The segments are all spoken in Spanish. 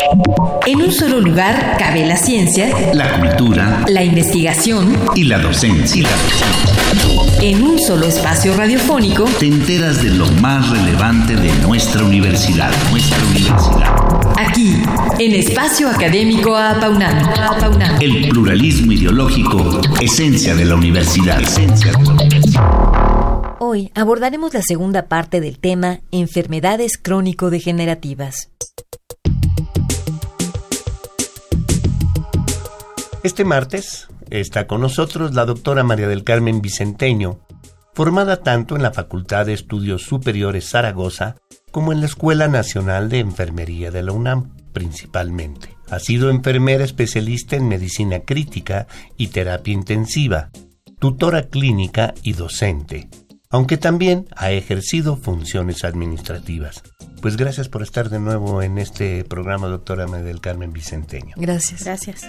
En un solo lugar cabe la ciencia, la cultura, la investigación y la docencia. En un solo espacio radiofónico te enteras de lo más relevante de nuestra universidad. Aquí, en Espacio Académico Apaunam. El pluralismo ideológico, esencia de la universidad. Hoy abordaremos la segunda parte del tema enfermedades crónico-degenerativas. Este martes está con nosotros la doctora María del Carmen Vicenteño, formada tanto en la Facultad de Estudios Superiores Zaragoza como en la Escuela Nacional de Enfermería de la UNAM, principalmente. Ha sido enfermera especialista en medicina crítica y terapia intensiva, tutora clínica y docente, aunque también ha ejercido funciones administrativas. Pues gracias por estar de nuevo en este programa, doctora María del Carmen Vicenteño. Gracias.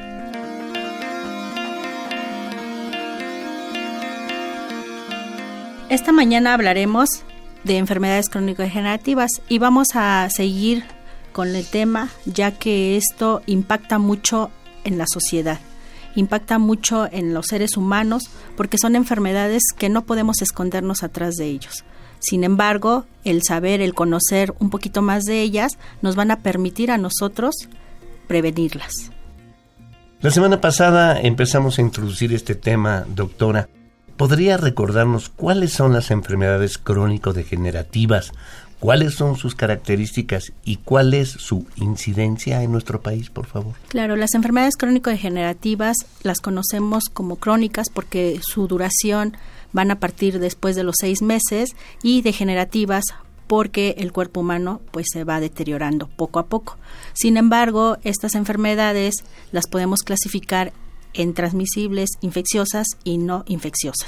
Esta mañana hablaremos de enfermedades crónico-degenerativas y vamos a seguir con el tema, ya que esto impacta mucho en la sociedad, impacta mucho en los seres humanos, porque son enfermedades que no podemos escondernos atrás de ellos. Sin embargo, el saber, el conocer un poquito más de ellas, nos van a permitir a nosotros prevenirlas. La semana pasada empezamos a introducir este tema, doctora. ¿Podría recordarnos cuáles son las enfermedades crónico-degenerativas? ¿Cuáles son sus características y cuál es su incidencia en nuestro país, por favor? Claro, las enfermedades crónico-degenerativas las conocemos como crónicas porque su duración van a partir después de los 6 meses y degenerativas porque el cuerpo humano pues se va deteriorando poco a poco. Sin embargo, estas enfermedades las podemos clasificar en transmisibles, infecciosas y no infecciosas.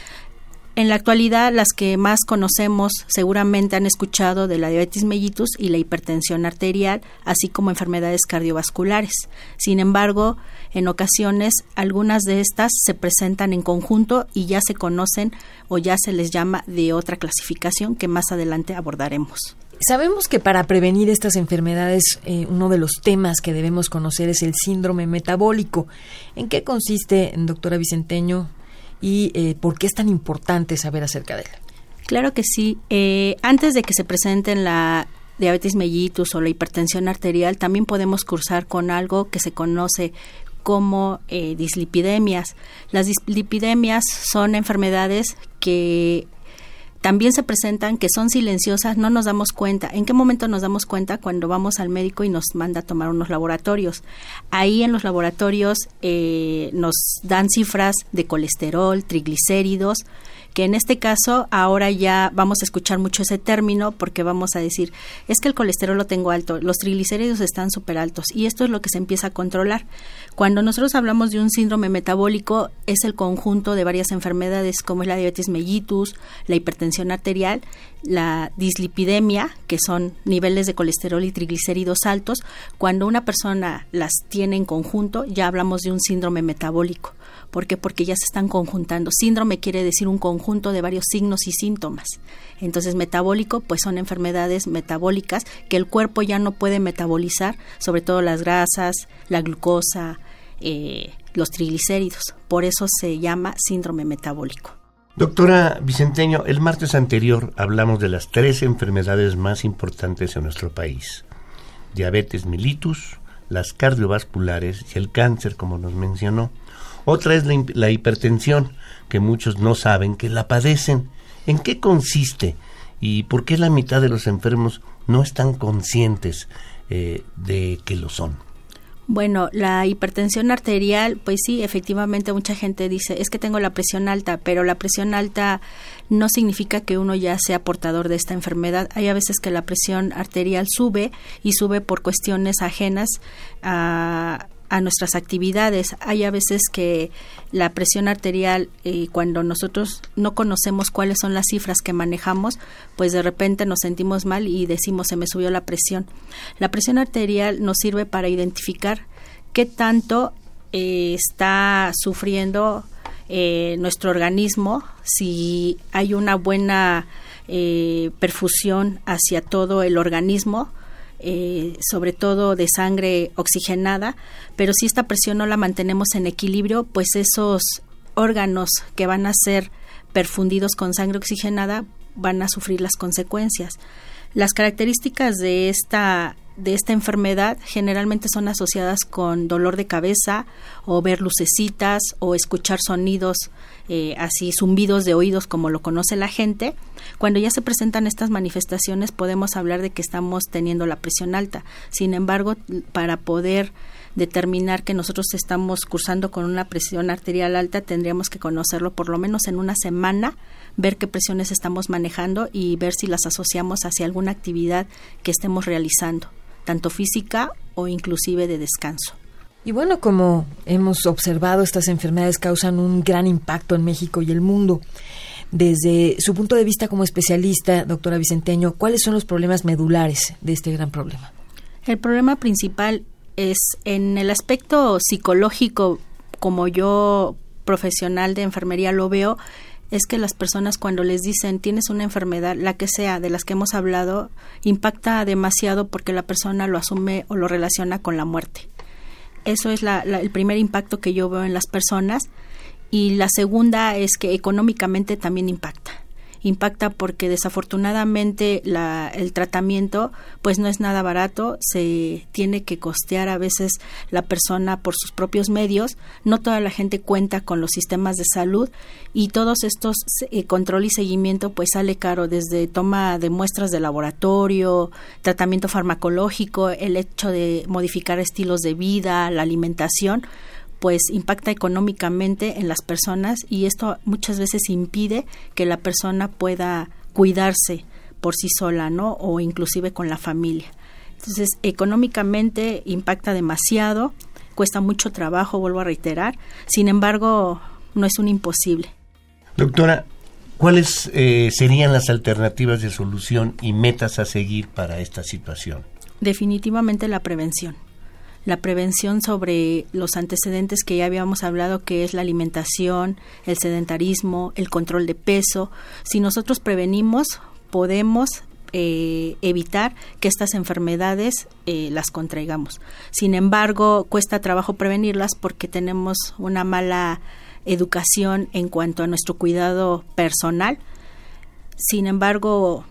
En la actualidad, las que más conocemos seguramente han escuchado de la diabetes mellitus y la hipertensión arterial, así como enfermedades cardiovasculares. Sin embargo, en ocasiones, algunas de estas se presentan en conjunto y ya se conocen o ya se les llama de otra clasificación que más adelante abordaremos. Sabemos que para prevenir estas enfermedades, uno de los temas que debemos conocer es el síndrome metabólico. ¿En qué consiste, doctora Vicenteño, y por qué es tan importante saber acerca de él? Claro que sí. Antes de que se presenten la diabetes mellitus o la hipertensión arterial, también podemos cursar con algo que se conoce como dislipidemias. Las dislipidemias son enfermedades que también se presentan, que son silenciosas, no nos damos cuenta. ¿En qué momento nos damos cuenta? Cuando vamos al médico y nos manda a tomar unos laboratorios. Ahí en los laboratorios nos dan cifras de colesterol, triglicéridos, que en este caso ahora ya vamos a escuchar mucho ese término porque vamos a decir, es que el colesterol lo tengo alto, los triglicéridos están súper altos y esto es lo que se empieza a controlar. Cuando nosotros hablamos de un síndrome metabólico es el conjunto de varias enfermedades como es la diabetes mellitus, la hipertensión arterial, la dislipidemia, que son niveles de colesterol y triglicéridos altos. Cuando una persona las tiene en conjunto ya hablamos de un síndrome metabólico. ¿Por qué? Porque ya se están conjuntando. Síndrome quiere decir un conjunto de varios signos y síntomas. Entonces, metabólico, pues son enfermedades metabólicas que el cuerpo ya no puede metabolizar, sobre todo las grasas, la glucosa, los triglicéridos. Por eso se llama síndrome metabólico. Doctora Vicenteño, el martes anterior hablamos de las 3 enfermedades más importantes en nuestro país. Diabetes mellitus, las cardiovasculares y el cáncer, como nos mencionó. Otra es la hipertensión, que muchos no saben que la padecen. ¿En qué consiste? ¿Y por qué la mitad de los enfermos no están conscientes de que lo son? Bueno, la hipertensión arterial, pues sí, efectivamente mucha gente dice, es que tengo la presión alta, pero la presión alta no significa que uno ya sea portador de esta enfermedad. Hay a veces que la presión arterial sube y sube por cuestiones ajenas a nuestras actividades. Hay a veces que la presión arterial, cuando nosotros no conocemos cuáles son las cifras que manejamos, pues de repente nos sentimos mal y decimos se me subió la presión. La presión arterial nos sirve para identificar qué tanto está sufriendo nuestro organismo, si hay una buena perfusión hacia todo el organismo, sobre todo de sangre oxigenada, pero si esta presión no la mantenemos en equilibrio, pues esos órganos que van a ser perfundidos con sangre oxigenada van a sufrir las consecuencias. Las características de esta enfermedad generalmente son asociadas con dolor de cabeza o ver lucecitas o escuchar sonidos, así zumbidos de oídos como lo conoce la gente. Cuando ya se presentan estas manifestaciones podemos hablar de que estamos teniendo la presión alta. Sin embargo, para poder determinar que nosotros estamos cursando con una presión arterial alta, tendríamos que conocerlo por lo menos en una semana, ver qué presiones estamos manejando y ver si las asociamos hacia alguna actividad que estemos realizando, tanto física o inclusive de descanso. Y bueno, como hemos observado, estas enfermedades causan un gran impacto en México y el mundo. Desde su punto de vista como especialista, doctora Vicenteño, ¿cuáles son los problemas medulares de este gran problema? El problema principal es en el aspecto psicológico, como yo, profesional de enfermería, lo veo, es que las personas cuando les dicen tienes una enfermedad, la que sea, de las que hemos hablado, impacta demasiado porque la persona lo asume o lo relaciona con la muerte. Eso es el primer impacto que yo veo en las personas. Y la segunda es que económicamente también impacta porque desafortunadamente el tratamiento pues no es nada barato, se tiene que costear a veces la persona por sus propios medios, no toda la gente cuenta con los sistemas de salud y todos estos control y seguimiento pues sale caro, desde toma de muestras de laboratorio, tratamiento farmacológico, el hecho de modificar estilos de vida, la alimentación, pues impacta económicamente en las personas y esto muchas veces impide que la persona pueda cuidarse por sí sola, ¿no? O inclusive con la familia. Entonces, económicamente impacta demasiado, cuesta mucho trabajo, vuelvo a reiterar, sin embargo, no es un imposible. Doctora, ¿cuáles serían las alternativas de solución y metas a seguir para esta situación? Definitivamente la prevención. La prevención sobre los antecedentes que ya habíamos hablado, que es la alimentación, el sedentarismo, el control de peso. Si nosotros prevenimos, podemos evitar que estas enfermedades las contraigamos. Sin embargo, cuesta trabajo prevenirlas porque tenemos una mala educación en cuanto a nuestro cuidado personal. Sin embargo,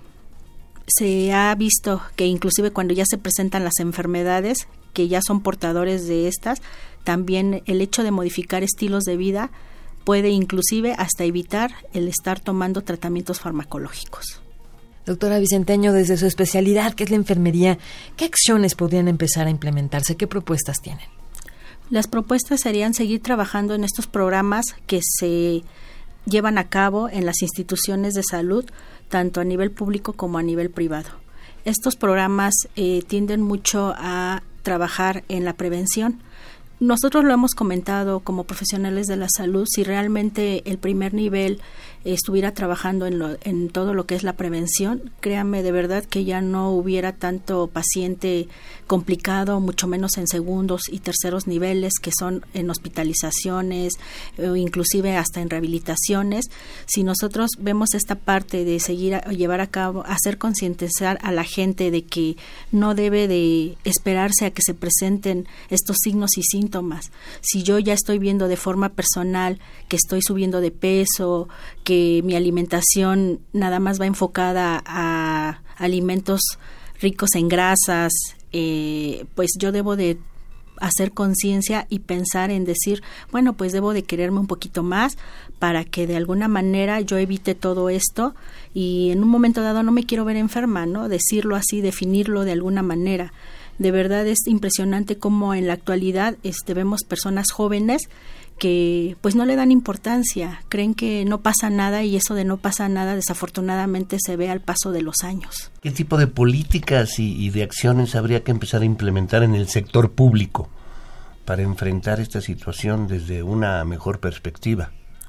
se ha visto que inclusive cuando ya se presentan las enfermedades, que ya son portadores de estas, también el hecho de modificar estilos de vida puede inclusive hasta evitar el estar tomando tratamientos farmacológicos. Doctora Vicenteño, desde su especialidad, que es la enfermería, ¿qué acciones podrían empezar a implementarse? ¿Qué propuestas tienen? Las propuestas serían seguir trabajando en estos programas que se llevan a cabo en las instituciones de salud, tanto a nivel público como a nivel privado. Estos programas tienden mucho a trabajar en la prevención. Nosotros lo hemos comentado como profesionales de la salud, si realmente el primer nivel estuviera trabajando en todo lo que es la prevención, créanme de verdad que ya no hubiera tanto paciente complicado, mucho menos en segundos y terceros niveles que son en hospitalizaciones o inclusive hasta en rehabilitaciones. Si nosotros vemos esta parte de seguir a llevar a cabo, hacer concientizar a la gente de que no debe de esperarse a que se presenten estos signos y síntomas. Si yo ya estoy viendo de forma personal que estoy subiendo de peso, que mi alimentación nada más va enfocada a alimentos ricos en grasas, pues yo debo de hacer conciencia y pensar en decir, bueno, pues debo de quererme un poquito más para que de alguna manera yo evite todo esto y en un momento dado no me quiero ver enferma, ¿no? Decirlo así, definirlo de alguna manera. De verdad es impresionante cómo en la actualidad vemos personas jóvenes que pues no le dan importancia, creen que no pasa nada y eso de no pasa nada desafortunadamente se ve al paso de los años. ¿Qué tipo de políticas y de acciones habría que empezar a implementar en el sector público para enfrentar esta situación desde una mejor perspectiva?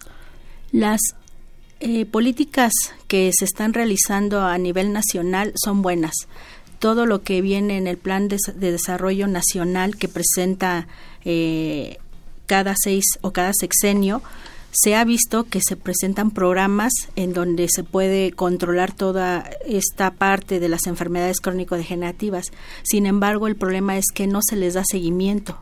Las políticas que se están realizando a nivel nacional son buenas. Todo lo que viene en el Plan de Desarrollo Nacional que presenta cada 6 o cada sexenio, se ha visto que se presentan programas en donde se puede controlar toda esta parte de las enfermedades crónico-degenerativas. Sin embargo, el problema es que no se les da seguimiento.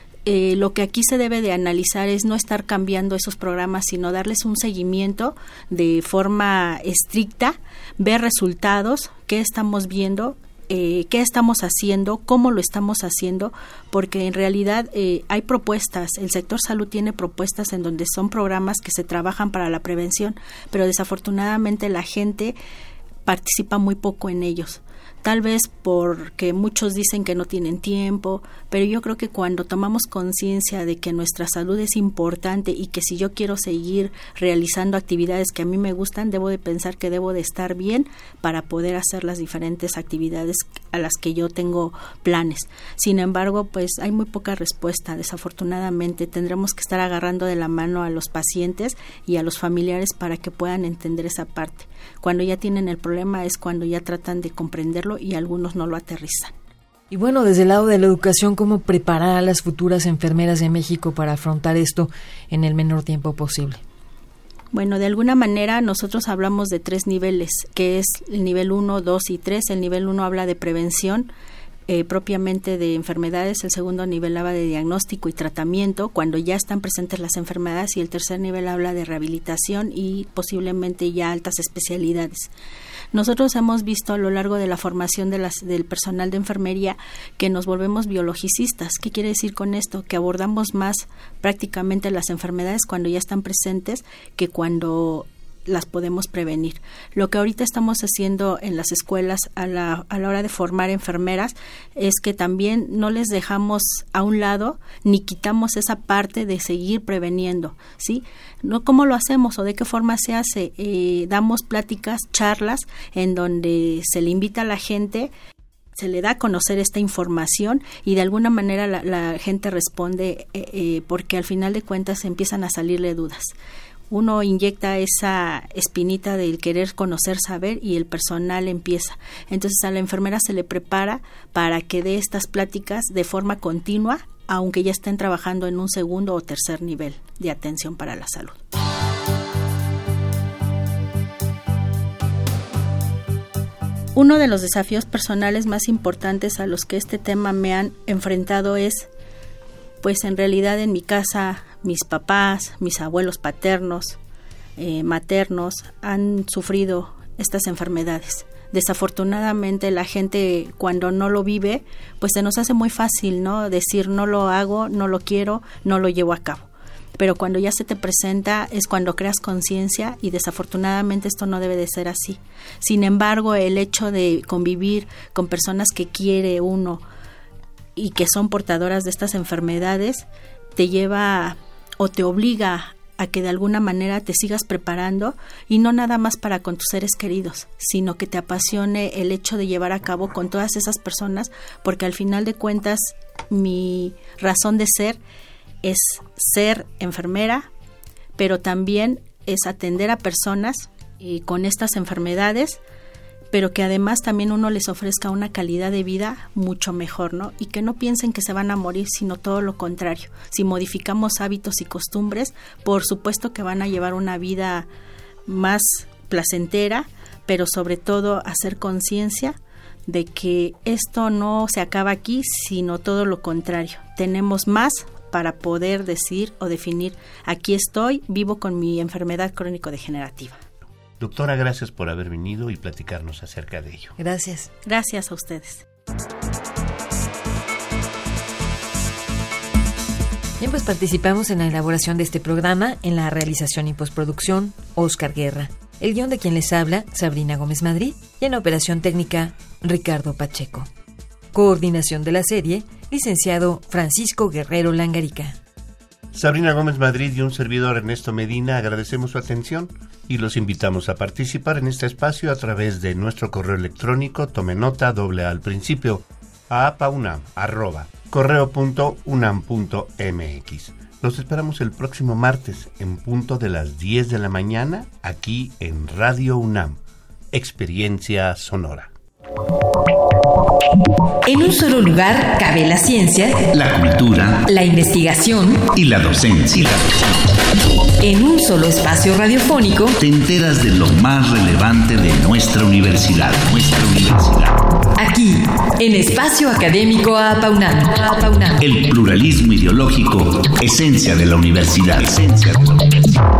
Lo que aquí se debe de analizar es no estar cambiando esos programas, sino darles un seguimiento de forma estricta, ver resultados, qué estamos viendo, qué estamos haciendo, cómo lo estamos haciendo, porque en realidad hay propuestas, el sector salud tiene propuestas en donde son programas que se trabajan para la prevención, pero desafortunadamente la gente participa muy poco en ellos. Tal vez porque muchos dicen que no tienen tiempo, pero yo creo que cuando tomamos conciencia de que nuestra salud es importante y que si yo quiero seguir realizando actividades que a mí me gustan, debo de pensar que debo de estar bien para poder hacer las diferentes actividades a las que yo tengo planes. Sin embargo, pues hay muy poca respuesta, desafortunadamente. Tendremos que estar agarrando de la mano a los pacientes y a los familiares para que puedan entender esa parte. Cuando ya tienen el problema es cuando ya tratan de comprenderlo y algunos no lo aterrizan. Y bueno, desde el lado de la educación, ¿cómo preparar a las futuras enfermeras de México para afrontar esto en el menor tiempo posible? Bueno, de alguna manera nosotros hablamos de 3 niveles, que es el nivel 1, 2 y 3. El nivel 1 habla de prevención propiamente de enfermedades, el segundo nivel habla de diagnóstico y tratamiento cuando ya están presentes las enfermedades, y el tercer nivel habla de rehabilitación y posiblemente ya altas especialidades. Nosotros hemos visto a lo largo de la formación del personal de enfermería que nos volvemos biologicistas. ¿Qué quiere decir con esto? Que abordamos más prácticamente las enfermedades cuando ya están presentes que cuando las podemos prevenir. Lo que ahorita estamos haciendo en las escuelas a la hora de formar enfermeras es que también no les dejamos a un lado ni quitamos esa parte de seguir preveniendo, ¿sí? No, ¿cómo lo hacemos o de qué forma se hace? Damos pláticas, charlas en donde se le invita a la gente, se le da a conocer esta información y de alguna manera la gente responde porque al final de cuentas empiezan a salirle dudas. Uno inyecta esa espinita del querer conocer, saber, y el personal empieza. Entonces a la enfermera se le prepara para que dé estas pláticas de forma continua, aunque ya estén trabajando en un segundo o tercer nivel de atención para la salud. Uno de los desafíos personales más importantes a los que este tema me han enfrentado es, pues en realidad en mi casa, mis papás, mis abuelos paternos, maternos han sufrido estas enfermedades. Desafortunadamente la gente cuando no lo vive, pues se nos hace muy fácil, ¿no? Decir no lo hago, no lo quiero, no lo llevo a cabo. Pero cuando ya se te presenta es cuando creas conciencia y desafortunadamente esto no debe de ser así. Sin embargo, el hecho de convivir con personas que quiere uno y que son portadoras de estas enfermedades te lleva o te obliga a que de alguna manera te sigas preparando y no nada más para con tus seres queridos, sino que te apasione el hecho de llevar a cabo con todas esas personas, porque al final de cuentas mi razón de ser es ser enfermera, pero también es atender a personas con estas enfermedades, pero que además también uno les ofrezca una calidad de vida mucho mejor, ¿no? Y que no piensen que se van a morir, sino todo lo contrario. Si modificamos hábitos y costumbres, por supuesto que van a llevar una vida más placentera, pero sobre todo hacer conciencia de que esto no se acaba aquí, sino todo lo contrario. Tenemos más para poder decir o definir, aquí estoy, vivo con mi enfermedad crónico-degenerativa. Doctora, gracias por haber venido y platicarnos acerca de ello. Gracias. Gracias a ustedes. Bien, pues participamos en la elaboración de este programa, en la realización y postproducción, Oscar Guerra. El guión de quien les habla, Sabrina Gómez Madrid, y en la operación técnica, Ricardo Pacheco. Coordinación de la serie, licenciado Francisco Guerrero Langarica. Sabrina Gómez Madrid y un servidor Ernesto Medina agradecemos su atención y los invitamos a participar en este espacio a través de nuestro correo electrónico, tome nota, doble A al principio, aapaunam@correo.unam.mx. Los esperamos el próximo martes en punto de las 10 de la mañana aquí en Radio UNAM. Experiencia sonora. En un solo lugar cabe la ciencia, la cultura, la investigación y la docencia. En un solo espacio radiofónico te enteras de lo más relevante de nuestra universidad. Aquí, en Espacio Académico Apaunam. El pluralismo ideológico, esencia de la universidad.